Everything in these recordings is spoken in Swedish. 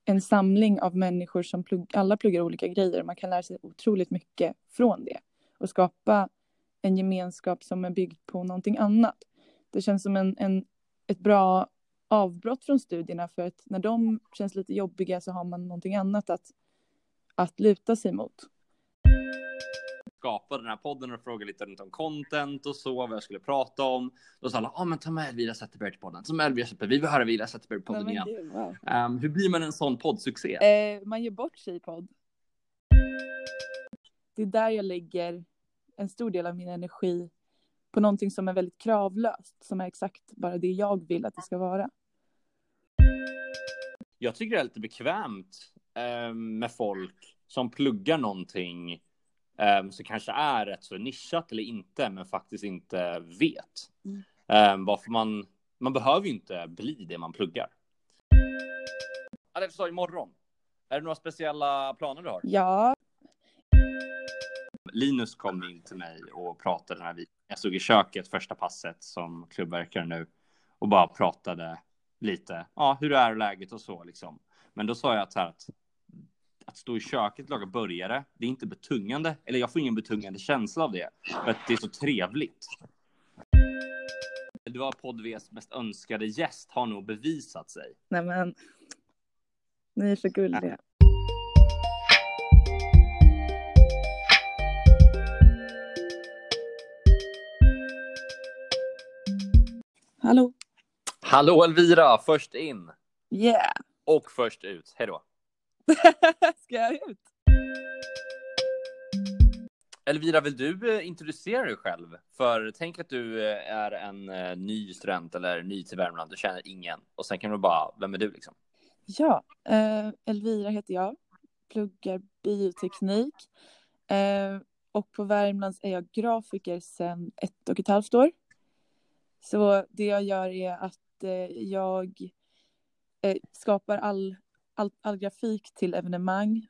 en samling av människor som alla pluggar olika grejer. Man kan lära sig otroligt mycket från det. Och skapa en gemenskap som är byggd på någonting annat. Det känns som ett bra avbrott från studierna. För att när de känns lite jobbiga så har man någonting annat att luta sig mot. Skapa den här podden och fråga lite runt om content och så, vad jag skulle prata om. Då sa alla, men ta med Elvira Zetterberg till podden. Så med Elvira Zetterberg, vi vill höra Elvira Zetterberg på podden igen. Gud, wow. Hur blir man en sån poddsuccé? Man gör bort sig i podd. Det är där jag lägger en stor del av min energi på någonting som är väldigt kravlöst. Som är exakt bara det jag vill att det ska vara. Jag tycker det är lite bekvämt med folk som pluggar någonting så kanske är rätt så nischat eller inte, men faktiskt inte vet. Varför man behöver ju inte bli det man pluggar. Alltså imorgon. Är det några speciella planer du har? Ja. Linus kom in till mig och pratade när jag stod i köket första passet som klubbverkare nu och bara pratade lite. Ja, hur är läget och så liksom. Men då sa jag att stå i köket och laga burgare, det är inte betungande. Eller jag får ingen betungande känsla av det. För att det är så trevligt. Du var podd-Vs mest önskade gäst har nog bevisat sig. Nej men, ni är för gulliga. Hallå. Hallå Elvira, först in. Yeah. Och först ut, hej då. Ska jag ut? Elvira, vill du introducera dig själv? För tänk att du är en ny student eller ny till Värmland, du känner ingen. Och sen kan du bara, vem är du liksom? Ja, Elvira heter jag. Pluggar bioteknik. Och på Värmlands är jag grafiker sedan 1,5 år. Så det jag gör är att jag skapar all grafik till evenemang.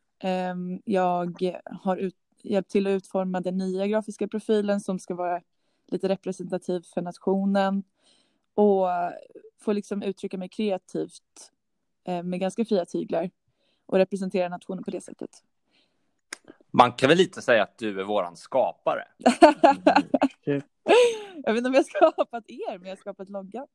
Jag har hjälpt till att utforma den nya grafiska profilen som ska vara lite representativ för nationen. Och få liksom uttrycka mig kreativt med ganska fria tyglar. Och representera nationen på det sättet. Man kan väl lite säga att du är våran skapare. Jag vet inte om jag har skapat er, men jag har skapat loggan.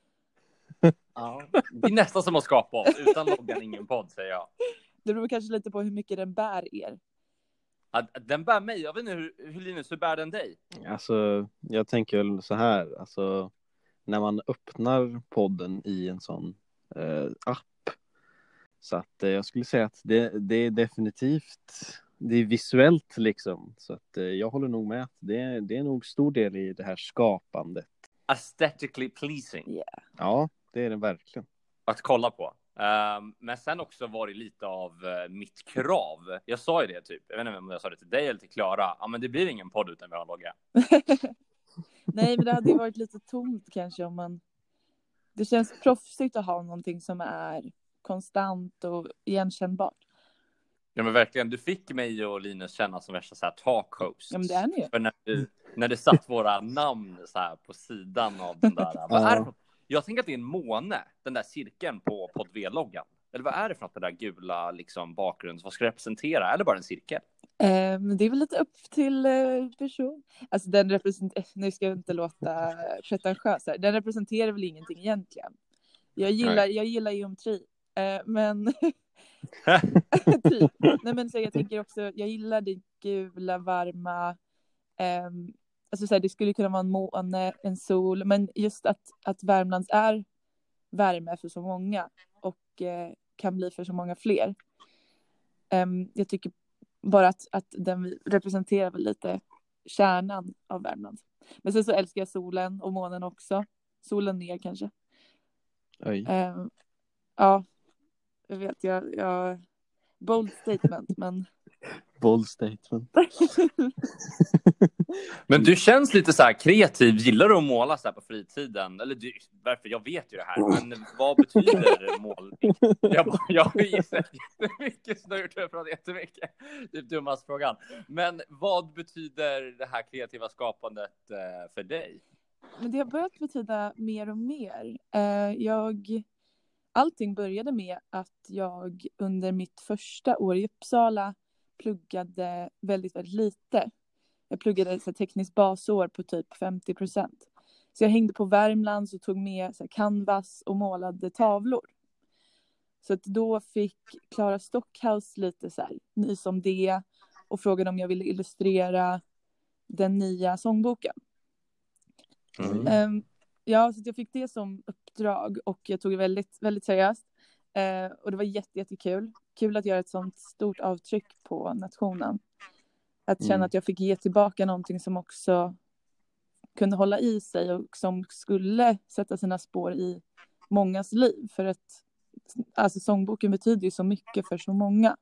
Ja, det är nästan som att skapa oss. Utan loggan ingen podd, säger jag. Det beror kanske lite på hur mycket den bär er. Ja, den bär mig. Jag vet inte hur Linus, hur bär den dig? Alltså, jag tänker väl så här. Alltså, när man öppnar podden i en sån app. Så att jag skulle säga att det är definitivt... Det är visuellt liksom. Så att jag håller nog med. Det är nog stor del i det här skapandet. Aesthetically pleasing. Yeah. Ja, det är det verkligen. Att kolla på. Men sen också var det lite av mitt krav. Jag sa ju det typ. Jag vet inte om jag sa det till dig eller till Klara. Ja, men det blir ingen podd utan vi har en logga. Nej, men det hade ju varit lite tomt kanske om man... Det känns proffsigt att ha någonting som är konstant och igenkännbart. Ja, men verkligen. Du fick mig och Linus känna som värsta så här talk hosts. Ja, men det är ni ju. För när det satt våra namn så här på sidan av den där. Vad är det? Jag tänker att det är en måne, den där cirkeln på podd-V-loggan. Eller vad är det för något, det där gula liksom bakgrund? Vad ska det representera? Eller bara en cirkel? Men det är väl lite upp till person. Alltså den representerar, nu ska jag inte låta pretentiös här. Den representerar väl ingenting egentligen. Jag gillar geometri. Men typ. Nej, men så jag tänker också, jag gillar det gula, varma. Alltså så här, det skulle kunna vara en måne, en sol. Men just att Värmlands är värme för så många. Och kan bli för så många fler. Jag tycker bara att den representerar väl lite kärnan av Värmland. Men sen så älskar jag solen och månen också. Solen ner kanske. Oj. Ja, jag vet. Jag bold statement, men... Bold statement. Men du känns lite så här kreativ. Gillar du att måla så här på fritiden? Eller varför? Jag vet ju det här. Men vad betyder målning? Jag har gissat jättemycket. Så jag har gjort det för jättemycket. Det är dummaste frågan. Men vad betyder det här kreativa skapandet för dig? Men det har börjat betyda mer och mer. allting började med att jag under mitt första år i Uppsala pluggade väldigt, väldigt lite. Jag pluggade så här, tekniskt basår på typ 50%. Så jag hängde på Värmlands och tog med så här, canvas och målade tavlor. Så att då fick Klara Stockhaus lite så här, nys om det och frågade om jag ville illustrera den nya sångboken. Ja, så jag fick det som uppdrag och jag tog det väldigt, väldigt seriöst. Och det var jättekul. Kul att göra ett sånt stort avtryck på nationen. Att känna att jag fick ge tillbaka någonting som också kunde hålla i sig och som skulle sätta sina spår i mångas liv. För att alltså, sångboken betyder ju så mycket för så många.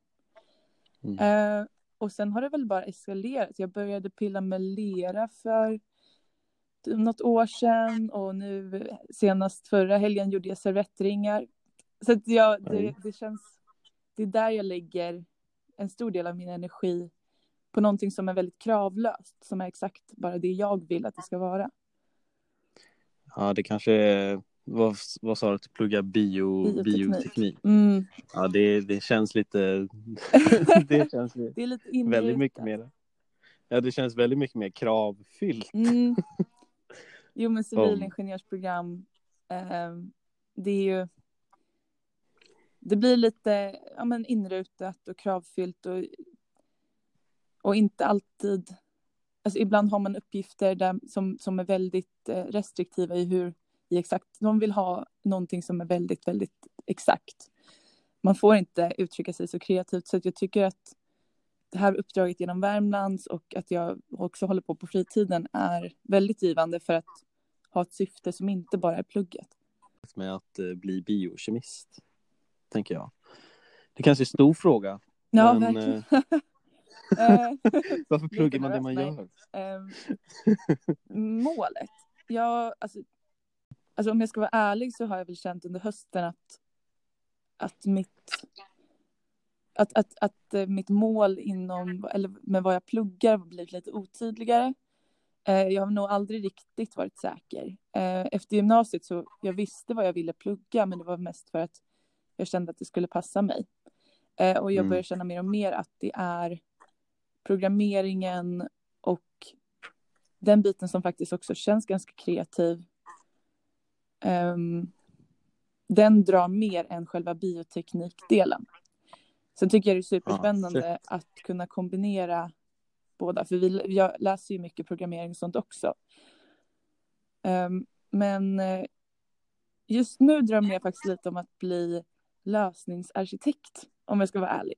Och sen har det väl bara eskalerat. Jag började pilla med lera för något år sedan och nu senast förra helgen gjorde jag servettringar. Så att det känns, det är där jag lägger en stor del av min energi på någonting som är väldigt kravlöst, som är exakt bara det jag vill att det ska vara. Ja, det kanske är, vad sa du, att plugga bioteknik? Ja, det känns lite det känns det är lite väldigt mycket mer. Ja, det känns väldigt mycket mer kravfyllt. Jo, men civilingenjörsprogram, det är ju, det blir lite inrutat och kravfyllt och inte alltid, alltså ibland har man uppgifter där som är väldigt restriktiva i exakt, de vill ha någonting som är väldigt, väldigt exakt. Man får inte uttrycka sig så kreativt, så att jag tycker att det här uppdraget genom Värmlands och att jag också håller på fritiden är väldigt givande för att ha ett syfte som inte bara är plugget. Med att bli biokemist, tänker jag. Det kanske är en stor fråga. Ja, men, verkligen. Varför pluggar man det man gör? Målet. Ja, alltså om jag ska vara ärlig så har jag väl känt under hösten att mitt mål med vad jag pluggar har blivit lite otydligare. Jag har nog aldrig riktigt varit säker. Efter gymnasiet så jag visste vad jag ville plugga, men det var mest för att jag kände att det skulle passa mig. Och jag börjar känna mer och mer att det är programmeringen och den biten som faktiskt också känns ganska kreativ. Den drar mer än själva bioteknikdelen. Sen tycker jag det är superspännande att kunna kombinera båda. För jag läser ju mycket programmering och sånt också. Men just nu drömmer jag faktiskt lite om att bli lösningsarkitekt. Om jag ska vara ärlig.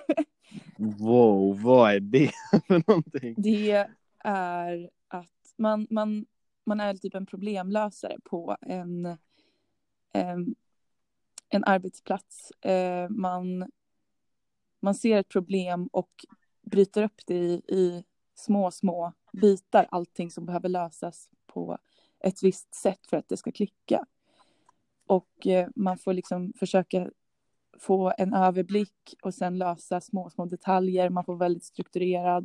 Wow, vad är det för någonting? Det är att man är typ en problemlösare på en arbetsplats. Man ser ett problem och bryter upp det i små bitar. Allting som behöver lösas på ett visst sätt för att det ska klicka. Och man får liksom försöka få en överblick och sen lösa små detaljer. Man får väldigt strukturerad.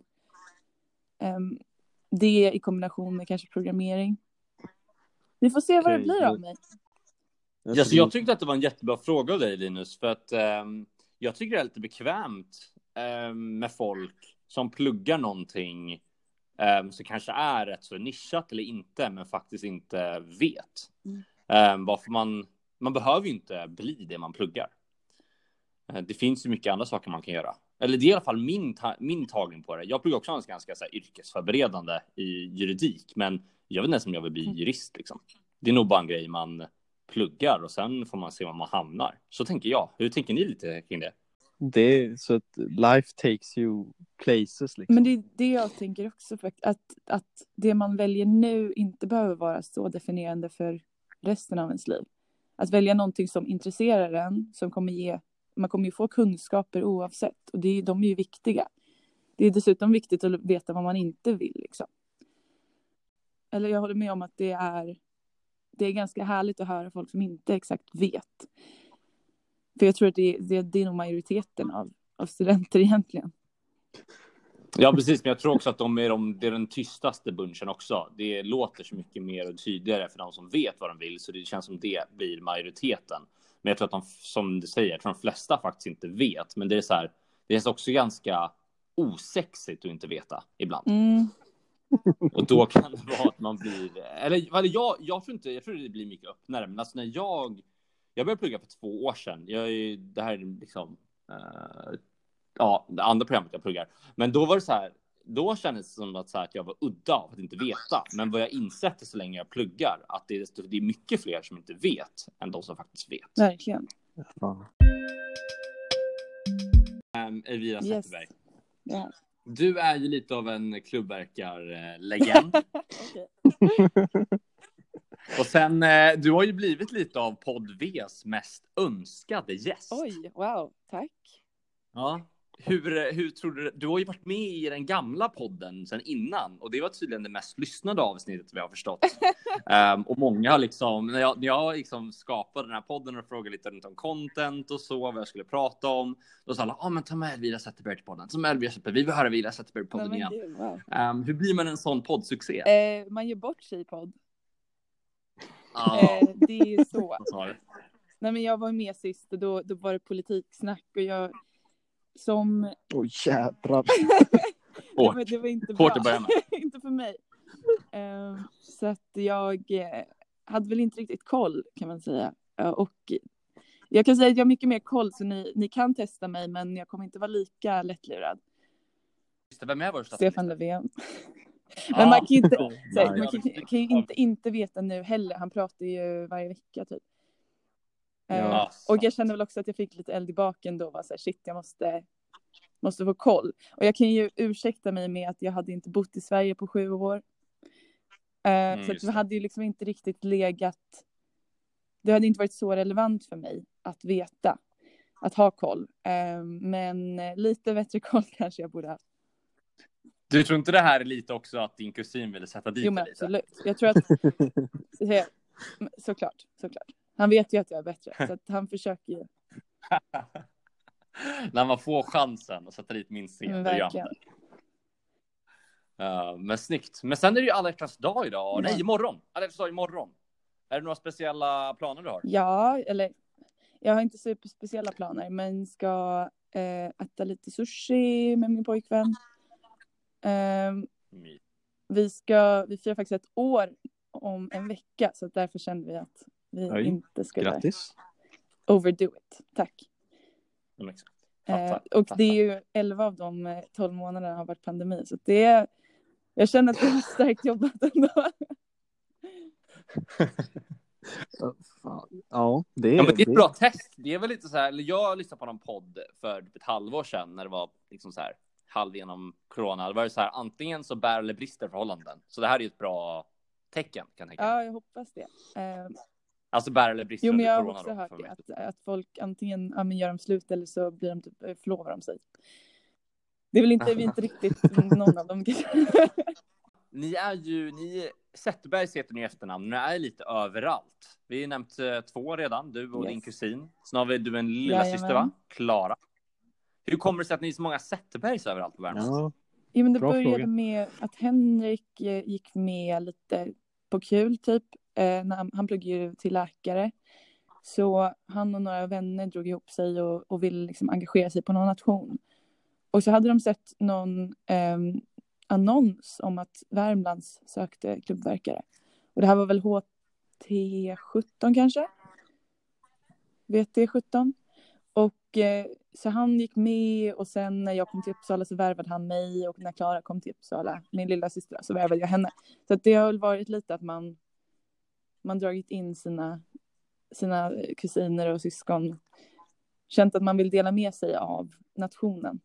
Det i kombination med kanske programmering. Vi får se vad det blir av mig. Ja, så jag tyckte att det var en jättebra fråga av dig, Linus. För att jag tycker det är lite bekvämt med folk som pluggar någonting som kanske är rätt så nischat eller inte, men faktiskt inte vet. Varför man behöver ju inte bli det man pluggar. Det finns ju mycket andra saker man kan göra. Eller det är i alla fall min tagning på det. Jag pluggar också ganska så här, yrkesförberedande i juridik, men jag vet inte ens om jag vill bli jurist liksom. Det är nog bara en grej man pluggar och sen får man se var man hamnar. Så tänker jag. Hur tänker ni lite kring det? Det är så att life takes you places liksom. Men det är det jag tänker också, att det man väljer nu inte behöver vara så definierande för resten av ens liv. Att välja någonting som intresserar en, som man kommer ju få kunskaper oavsett, och de är ju viktiga. Det är dessutom viktigt att veta vad man inte vill liksom. Eller jag håller med om att det är ganska härligt att höra folk som inte exakt vet. För jag tror att det är nog majoriteten av studenter egentligen. Ja, precis. Men jag tror också att det är den tystaste bunchen också. Det låter så mycket mer och tydligare för de som vet vad de vill. Så det känns som det blir majoriteten. Men jag tror att de, som du säger, jag tror de flesta faktiskt inte vet. Men det är så här, det är också ganska osexigt att inte veta ibland. Och då kan det vara att man blir, eller jag tror det blir mycket öppnare. Men alltså när jag började plugga för 2 år sedan. Det här är liksom det andra programmet jag pluggar. Men då var det så här, då kändes det som att jag var udda av att inte veta. Men vad jag insett är så länge jag pluggar att det är mycket fler som inte vet än de som faktiskt vet. Verkligen. Elvira Zetterberg. Yeah. Du är ju lite av en klubbverkarlegend. Och sen, du har ju blivit lite av Podd V's mest önskade gäst. Oj, wow, tack. Ja. Hur tror du har ju varit med i den gamla podden sen innan. Och det var tydligen det mest lyssnade avsnittet vi har förstått. Och många har liksom, när jag liksom skapade den här podden och frågade lite runt om content och så, vad jag skulle prata om. Då sa alla, men ta med Elvira Zetterberg till podden. Vi vill höra Elvira Zetterberg på podden igen. Gud, wow. Hur blir man en sån poddsuccé? Man gör bort sig i podd. Ja. Det är ju så. Nej, men jag var med sist och då var det politiksnack och jag som... Jädrar. det var inte bra. Hårt att börja med. Inte för mig. Så att jag hade väl inte riktigt koll, kan man säga. Och jag kan säga att jag har mycket mer koll, så ni kan testa mig, men jag kommer inte vara lika lättlurad. Vem är vår Stefan Löfven. Men man kan ju inte veta nu heller. Han pratar ju varje vecka typ. Och jag kände väl också att jag fick lite eld i baken då. Var så här, shit, jag måste få koll. Och jag kan ju ursäkta mig med att jag hade inte bott i Sverige på 7 år. Så att det hade ju liksom inte riktigt legat. Det hade inte varit så relevant för mig att veta. Att ha koll. Men lite bättre koll kanske jag borde ha. Du tror inte det här är lite också att din kusin ville sätta dit men lite? Absolut. Jag tror att såklart. Han vet ju att jag är bättre, så att han försöker ju. När man får chansen att sätta dit minst en. Verkligen. Men snyggt. Men sen är det ju alla hjärtans dag idag. Ja. Nej, imorgon. Alla hjärtans dag imorgon. Är det några speciella planer du har? Ja, eller jag har inte superspeciella planer, men ska äta lite sushi med min pojkvän. Vi firar faktiskt 1 år om en vecka, så därför kände vi att vi inte skulle Grattis. overdo it. Tack. Fattar. Och det är ju 11 av de 12 månaderna har varit pandemi, så jag känner att det är starkt jobbat ändå. Ja, men det är ett bra test. Det är väl lite så här, jag lyssnade på någon podd för ett halvår sedan när det var liksom så här halv genom corona. Det var så här, antingen så bär eller brister förhållanden. Så det här är ju ett bra tecken, kan jag tänka. Ja, jag hoppas det. Alltså bär eller brister. Jo, men jag har också hört det, att folk antingen gör de slut eller så blir de typ, förlovar de sig. Det är väl inte, vi är inte riktigt någon av dem. Ni Zetterberg heter ni i efternamn. Ni är lite överallt. Vi har nämnt 2 redan, du och din kusin. Sen har vi du en lilla syster, va? Klara. Hur kommer det sig att ni är så många Zetterbergs överallt på världen? Ja, men det började med att Henrik gick med lite på kul typ. När han pluggade ju till läkare. Så han och några vänner drog ihop sig och ville liksom engagera sig på någon nation. Och så hade de sett någon annons om att Värmlands sökte klubbverkare. Och det här var väl HT17 kanske? VT17. Och så han gick med, och sen när jag kom till Uppsala så värvade han mig, och när Klara kom till Uppsala, min lilla syster, så värvade jag henne. Så att det har väl varit lite att man dragit in sina kusiner och syskon, känt att man vill dela med sig av nationen.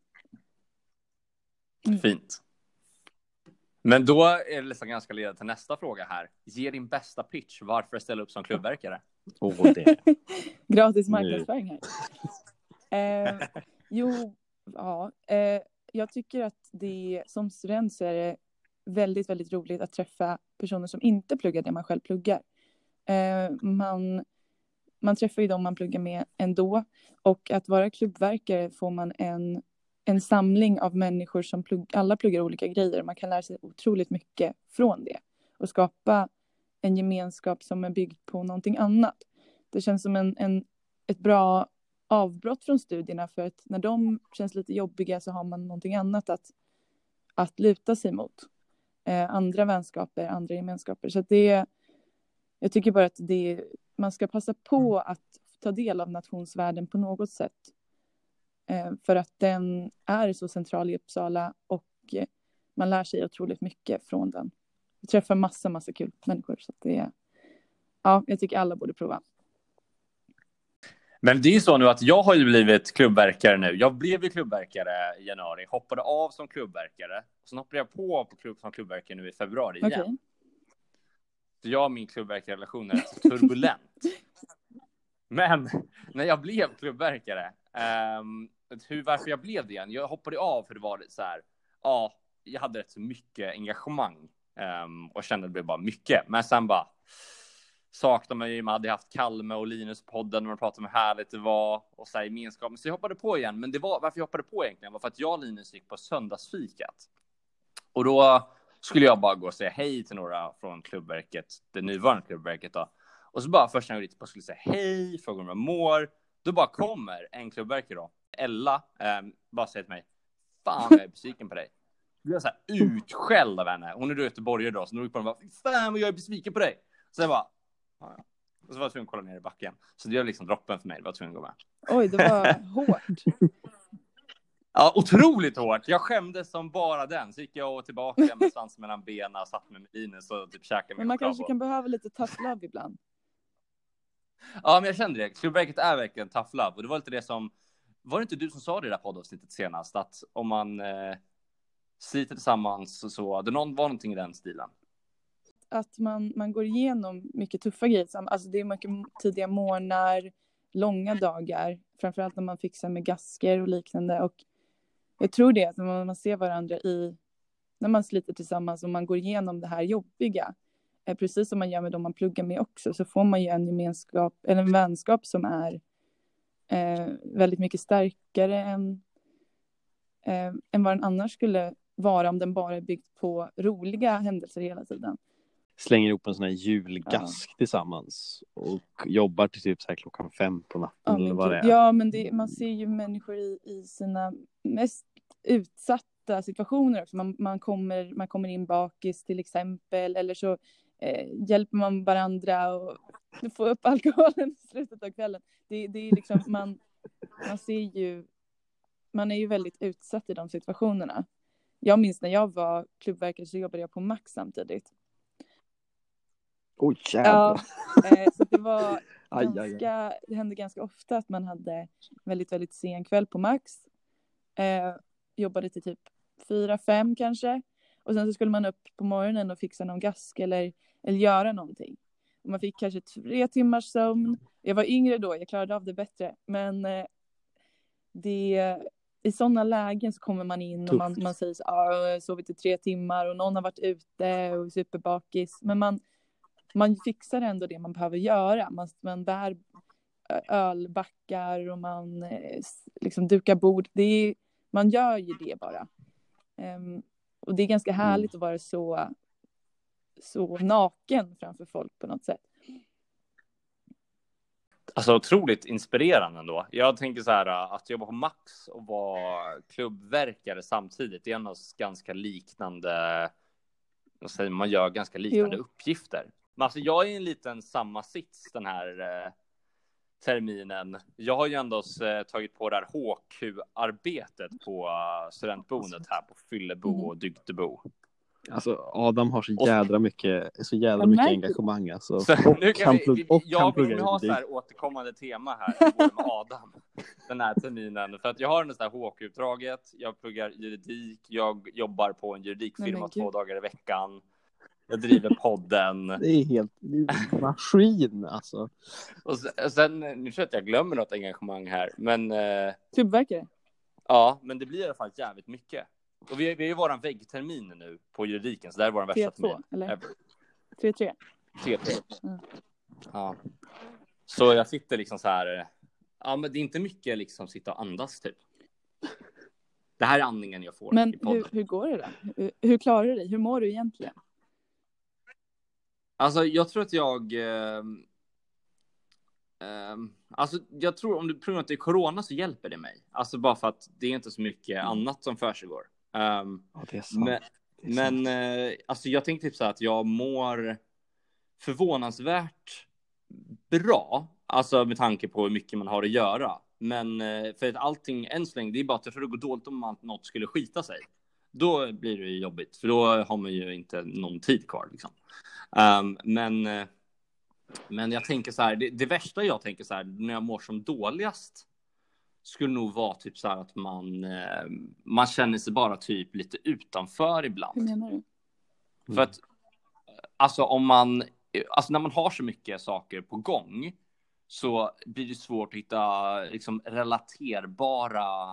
Fint. Men då är det liksom ganska leda till nästa fråga här. Ge din bästa pitch. Varför ställa upp som klubbverkare? Gratis marknadsföring här. Jag tycker att som student så är det väldigt, väldigt roligt att träffa personer som inte pluggar det man själv pluggar. Man träffar ju dem man pluggar med ändå. Och att vara klubbverkare får man en samling av människor som alla pluggar olika grejer. Man kan lära sig otroligt mycket från det. Och skapa en gemenskap som är byggd på någonting annat. Det känns som ett bra avbrott från studierna, för att när de känns lite jobbiga så har man någonting annat att luta sig mot. Andra vänskaper, andra gemenskaper. Så att jag tycker bara att man ska passa på att ta del av nationsvärlden på något sätt. För att den är så central i Uppsala och man lär sig otroligt mycket från den. Jag träffar massa kul människor, så att jag tycker alla borde prova. Men det är ju så nu att jag har ju blivit klubbverkare nu. Jag blev ju klubbverkare i januari, hoppade av som klubbverkare. Sen hoppade jag på som klubbverkare nu i februari igen. Okay. Så jag och min klubbverkarrelation är rätt turbulent. Men när jag blev klubbverkare, varför jag blev det igen? Jag hoppade av för det var lite så här, jag hade rätt så mycket engagemang och kände att det blev bara mycket. Men sen bara saknade man ju, man hade haft Kalme och Linus-podden och man pratade om hur härligt det var och så här gemenskap. Så jag hoppade på igen, men varför jag hoppade på egentligen var för att jag och Linus gick på söndagsfikat. Och då skulle jag bara gå och säga hej till några från klubbverket, det nuvarande klubbverket då. Och så bara först när jag gick på skulle säga hej, fråga om jag mår. Då bara kommer en klubbverkare då, Ella, bara säger till mig, fan jag är besviken på dig. Jag blir så här utskälld av henne. Hon är då göteborgare då, så nu gick på den och bara, fan vad jag är besviken på dig. Så jag bara, ja. Och så var jag tvungen att kolla ner i backen. Så det var liksom droppen för mig, det var tvungen att gå med. Oj, det var hårt. Ja, otroligt hårt. Jag skämdes som bara den. Så gick jag tillbaka med svansen mellan benen, satt med Linus och typ käkade. Men man kanske kan behöva lite tough love ibland. Ja, men jag kände det. Klubbverket är verkligen tough love. Och det var lite det som, var det inte du som sa det i det här poddavsnittet senast? Att om man sitter tillsammans så det var någonting i den stilen. Att man går igenom mycket tuffa grejer. Alltså det är mycket tidiga morgnar, långa dagar. Framförallt när man fixar med gasker och liknande. Och jag tror det att när man ser varandra när man sliter tillsammans och man går igenom det här jobbiga. Precis som man gör med de man pluggar med också. Så får man ju en gemenskap eller en vänskap som är väldigt mycket starkare än vad den annars skulle vara om den bara är byggd på roliga händelser hela tiden. Slänger ihop en sån här julgask tillsammans och jobbar till typ så här 5:00 på natten eller vad det är. Ja, men man ser ju människor i sina mest utsatta situationer också. Man kommer in bakis till exempel, eller så hjälper man varandra och få upp alkoholen i slutet av kvällen. Det är liksom, man ser ju, man är ju väldigt utsatt i de situationerna. Jag minns när jag var klubbverkare så jobbade jag på Max samtidigt. Jävlar. Ja, så det var det hände ganska ofta att man hade väldigt, väldigt sen kväll på Max. Jobbade till typ 4-5 kanske. Och sen så skulle man upp på morgonen och fixa någon gask eller göra någonting. Och man fick kanske 3 timmars sömn. Jag var yngre då, jag klarade av det bättre. Men i sådana lägen så kommer man in och man säger så jag sovit i 3 timmar och någon har varit ute och superbakis. Men man fixar ändå det man behöver göra. Man bär ölbackar och man liksom dukar bord. Man gör ju det bara. Och det är ganska härligt att vara så naken framför folk på något sätt. Alltså otroligt inspirerande ändå. Jag tänker så här att jobba på Max och vara klubbverkare samtidigt. Det är ändå ganska liknande. Man gör ganska liknande uppgifter. Men alltså jag är i en liten samma sits den här terminen. Jag har ju ändå tagit på det här HQ-arbetet på studentboendet här på Fyllebo och Dygdebo. Alltså Adam har så jädra mycket engagemang alltså. Så nu kan jag kommer ha så här återkommande tema här både med Adam den här terminen, för att jag har det här HQ-uppdraget, jag pluggar juridik, jag jobbar på en juridikfirma 2 dagar i veckan. Jag driver podden. Det är helt maskin alltså. Och sen nu tror jag att jag glömmer något engagemang här, men klubbverkare. Ja, men det blir i alla fall jävligt mycket. Och vi är ju våran väggtermin nu på juridiken, så det här är våran värsta termin. Eller 3-3. 3-3. Ja. Så jag sitter liksom så här. Ja, men det är inte mycket liksom sitta och andas typ. Det här är andningen jag får. Men hur går det då? Hur klarar du dig? Hur mår du egentligen? Alltså jag tror att Alltså jag tror om du provar att det är corona så hjälper det mig. Alltså bara för att det är inte så mycket annat som försiggår. Ja, det är sant. Men alltså jag tänkte typ så här att jag mår förvånansvärt bra. Alltså med tanke på hur mycket man har att göra. Men för att allting än så länge, det är bara att jag tror det går dåligt om något skulle skita sig. Då blir det ju jobbigt. För då har man ju inte någon tid kvar liksom. Men jag tänker så här, det värsta jag tänker så här, när jag mår som dåligast skulle nog vara typ så här att man känner sig bara typ lite utanför ibland. Hur menar du? För att alltså när man har så mycket saker på gång så blir det svårt att hitta liksom relaterbara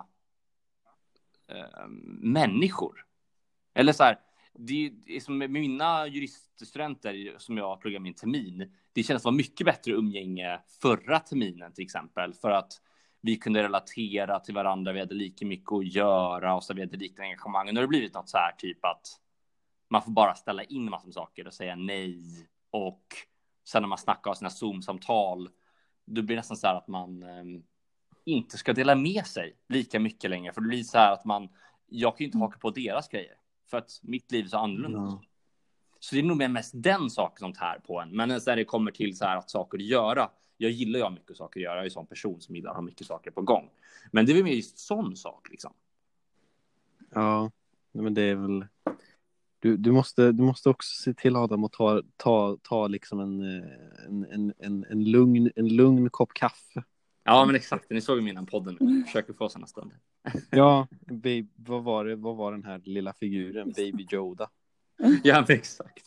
människor. Eller så här, det är som med mina juriststudenter som jag pluggar min termin. Det känns vara mycket bättre umgänge förra terminen till exempel. För att vi kunde relatera till varandra. Vi hade lika mycket att göra och så vi hade lika engagemang. Och nu har det blivit något så här typ att man får bara ställa in massor med saker och säga nej. Och sen när man snackar av sina Zoom-samtal då blir det nästan så här att man inte ska dela med sig lika mycket längre. För det blir så här att jag kan ju inte haka på deras grejer. För att mitt liv är så annorlunda. Mm. Så det är nog mest den saken som tär på en. Men när det kommer till så här att saker att göra. Jag gillar ju att ha mycket saker att göra. Jag är en sån person som gillar att ha mycket saker på gång. Men det är väl mer just sån sak liksom. Ja, men det är väl... Du måste också se till Adam att ta liksom en lugn kopp kaffe. Ja, men exakt. Ni såg ju mina podden nu. Försöker få såna stunder. Ja, vad var den här lilla figuren? Baby Yoda. Ja, men exakt.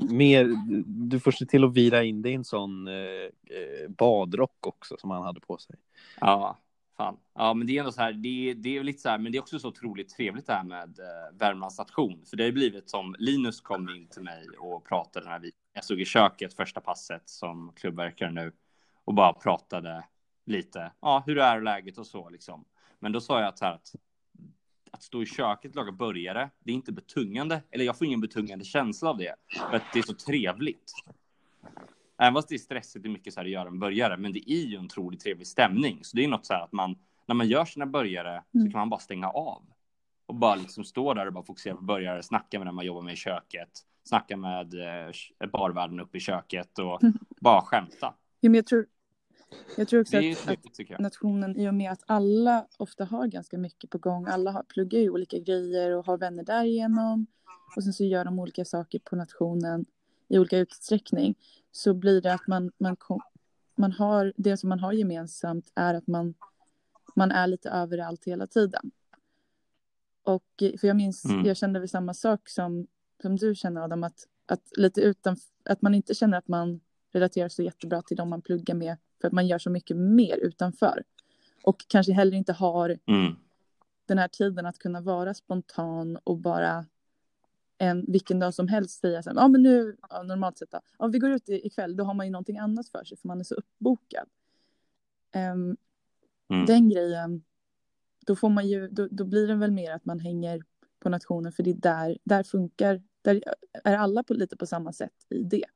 Du får se till att vira in det i en sån badrock också som han hade på sig. Ja, fan. Ja, men det är ändå så här, det är lite så här, men det är också så otroligt trevligt det här med Värmlands nation. För det har blivit som Linus kom in till mig och pratade den här veckan. Jag stod i köket första passet som klubbverkare nu och bara pratade lite. Ja, hur är läget och så liksom. Men då sa jag att stå i köket och laga burgare, det är inte betungande. Eller jag får ingen betungande känsla av det. För att det är så trevligt. Även fast det är stressigt, det är mycket så här att göra en burgare. Men det är ju en otroligt trevlig stämning. Så det är något så här att när man gör sina burgare så kan man bara stänga av. Och bara liksom stå där och bara fokusera på burgare. Snacka med när man jobbar med i köket. Snacka med barvärden uppe i köket. Och bara skämta. Ja, men jag tror också att nationen, i och med att alla ofta har ganska mycket på gång. Alla pluggar ju olika grejer och har vänner därigenom. Och sen så gör de olika saker på nationen i olika utsträckning. Så blir det att man har, det som man har gemensamt är att man är lite överallt hela tiden. Och för jag minns, jag kände väl samma sak som du känner Adam, att lite att man inte känner att man relaterar så jättebra till dem man pluggar med. För att man gör så mycket mer utanför. Och kanske heller inte har den här tiden att kunna vara spontan och bara vilken dag som helst säga så här, men nu, normalt sett då, vi går ut ikväll, då har man ju någonting annat för sig för man är så uppbokad. Den grejen, då får man ju, då blir det väl mer att man hänger på nationen, för det är där funkar, där är alla lite på samma sätt i det.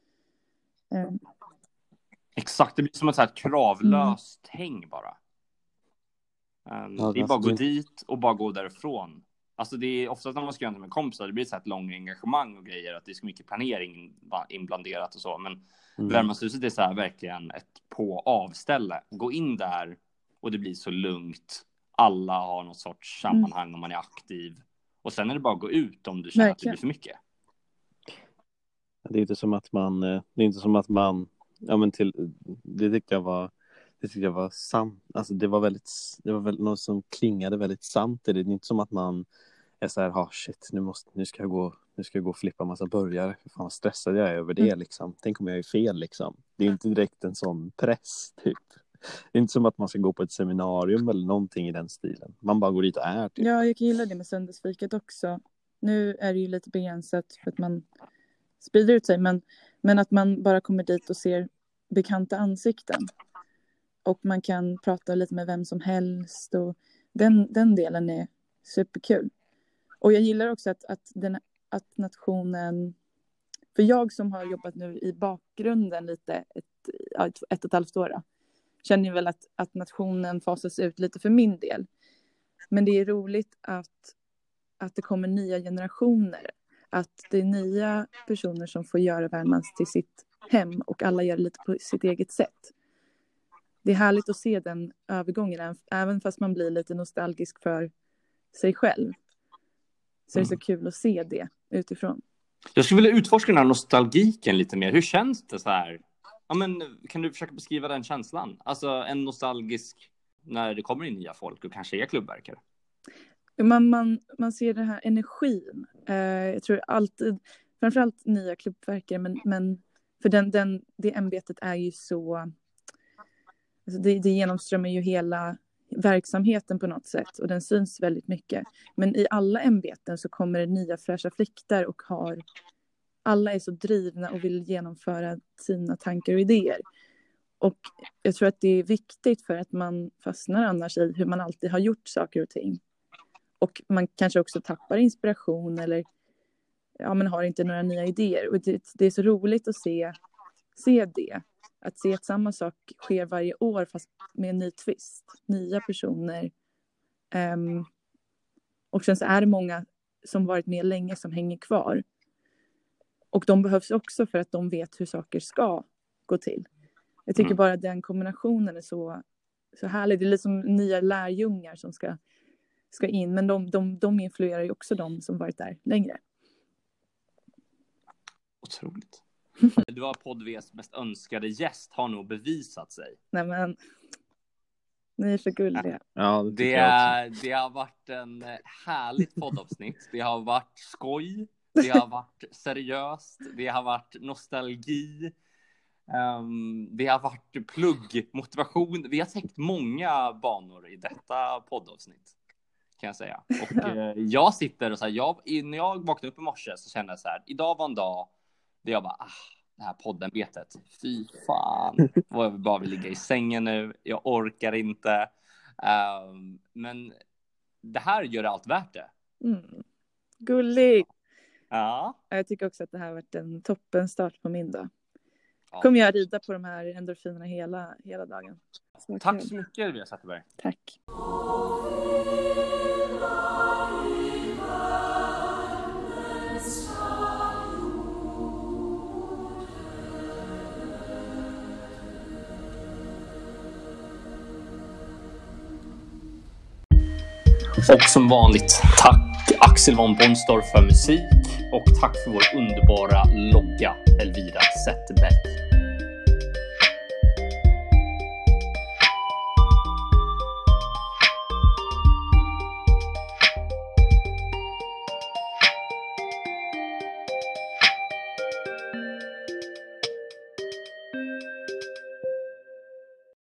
Exakt, det blir som ett så här kravlöst häng bara. Det är bara att gå dit och bara gå därifrån. Alltså det är oftast när man ska göra det med kompisar, det blir så här ett långt engagemang och grejer, att det är så mycket planering inblanderat och så. Men Värmlandshuset är så här verkligen ett på-avställe. Gå in där och det blir så lugnt. Alla har något sorts sammanhang om man är aktiv. Och sen är det bara att gå ut om du känner att det blir för mycket. Det är inte som att man ja, men det tyckte jag var sant. Alltså det var väl något som klingade väldigt sant. Det är inte som att man är så här, shit, nu ska jag gå och flippa massa burgare. Fan vad stressad jag är över det liksom. Tänk om jag är fel liksom. Det är inte direkt en sån press typ. Det är inte som att man ska gå på ett seminarium eller någonting i den stilen. Man bara går dit och är typ. Ja, jag kan gilla det med söndagsfiket också. Nu är det ju lite begränsat för att man sprider ut sig. Men att man bara kommer dit och ser bekanta ansikten. Och man kan prata lite med vem som helst. Och den delen är superkul. Och jag gillar också att nationen... För jag som har jobbat nu i bakgrunden lite ett och ett halvt år. känner jag väl att nationen fasas ut lite för min del. Men det är roligt att det kommer nya generationer. Att det är nya personer som får göra Värmlands till sitt hem och alla gör det lite på sitt eget sätt. Det är härligt att se den övergången, även fast man blir lite nostalgisk för sig själv. Så det är så kul att se det utifrån. Jag skulle vilja utforska den här nostalgiken lite mer. Hur känns det så här? Ja, men kan du försöka beskriva den känslan? Alltså en nostalgisk när det kommer in nya folk och kanske är klubbverkare. Man ser den här energin. Jag tror alltid, framförallt nya klubbverkare, men för det ämbetet är ju så, alltså det genomströmmar ju hela verksamheten på något sätt och den syns väldigt mycket. Men i alla ämbeten så kommer det nya fräscha fläktar och alla är så drivna och vill genomföra sina tankar och idéer. Och jag tror att det är viktigt för att man fastnar annars i hur man alltid har gjort saker och ting. Och man kanske också tappar inspiration eller man har inte några nya idéer. Och det är så roligt att se det. Att se att samma sak sker varje år fast med en ny twist. Nya personer. Och sen så är det många som varit med länge som hänger kvar. Och de behövs också för att de vet hur saker ska gå till. Jag tycker bara den kombinationen är så härlig. Det är liksom nya lärjungar som ska in. Men de influerar ju också de som varit där längre. Otroligt. Du var podd-Vs mest önskade gäst har nog bevisat sig. Nej men, ni är för gulliga. Ja, det har varit en härligt poddavsnitt. Det har varit skoj. Det har varit seriöst. Det har varit nostalgi. Det har varit plugg, motivation. Vi har täckt många banor i detta poddavsnitt. Kan jag säga. Och jag sitter och så här, när jag vaknade upp i morse så kände jag så här, idag var en dag där jag bara, det här poddenbetet, fy fan, jag bara vill ligga i sängen nu, jag orkar inte. Men det här gör allt värt det. Gullig. Ja. Jag tycker också att det här har varit en toppen start på min dag. Kommer jag rida på de här endorfinerna hela dagen. Tack så mycket, Elvira Zetterberg. Tack. Och som vanligt, tack Axel von Bonstorff för musik och tack för vår underbara logga Elvira Zetterberg.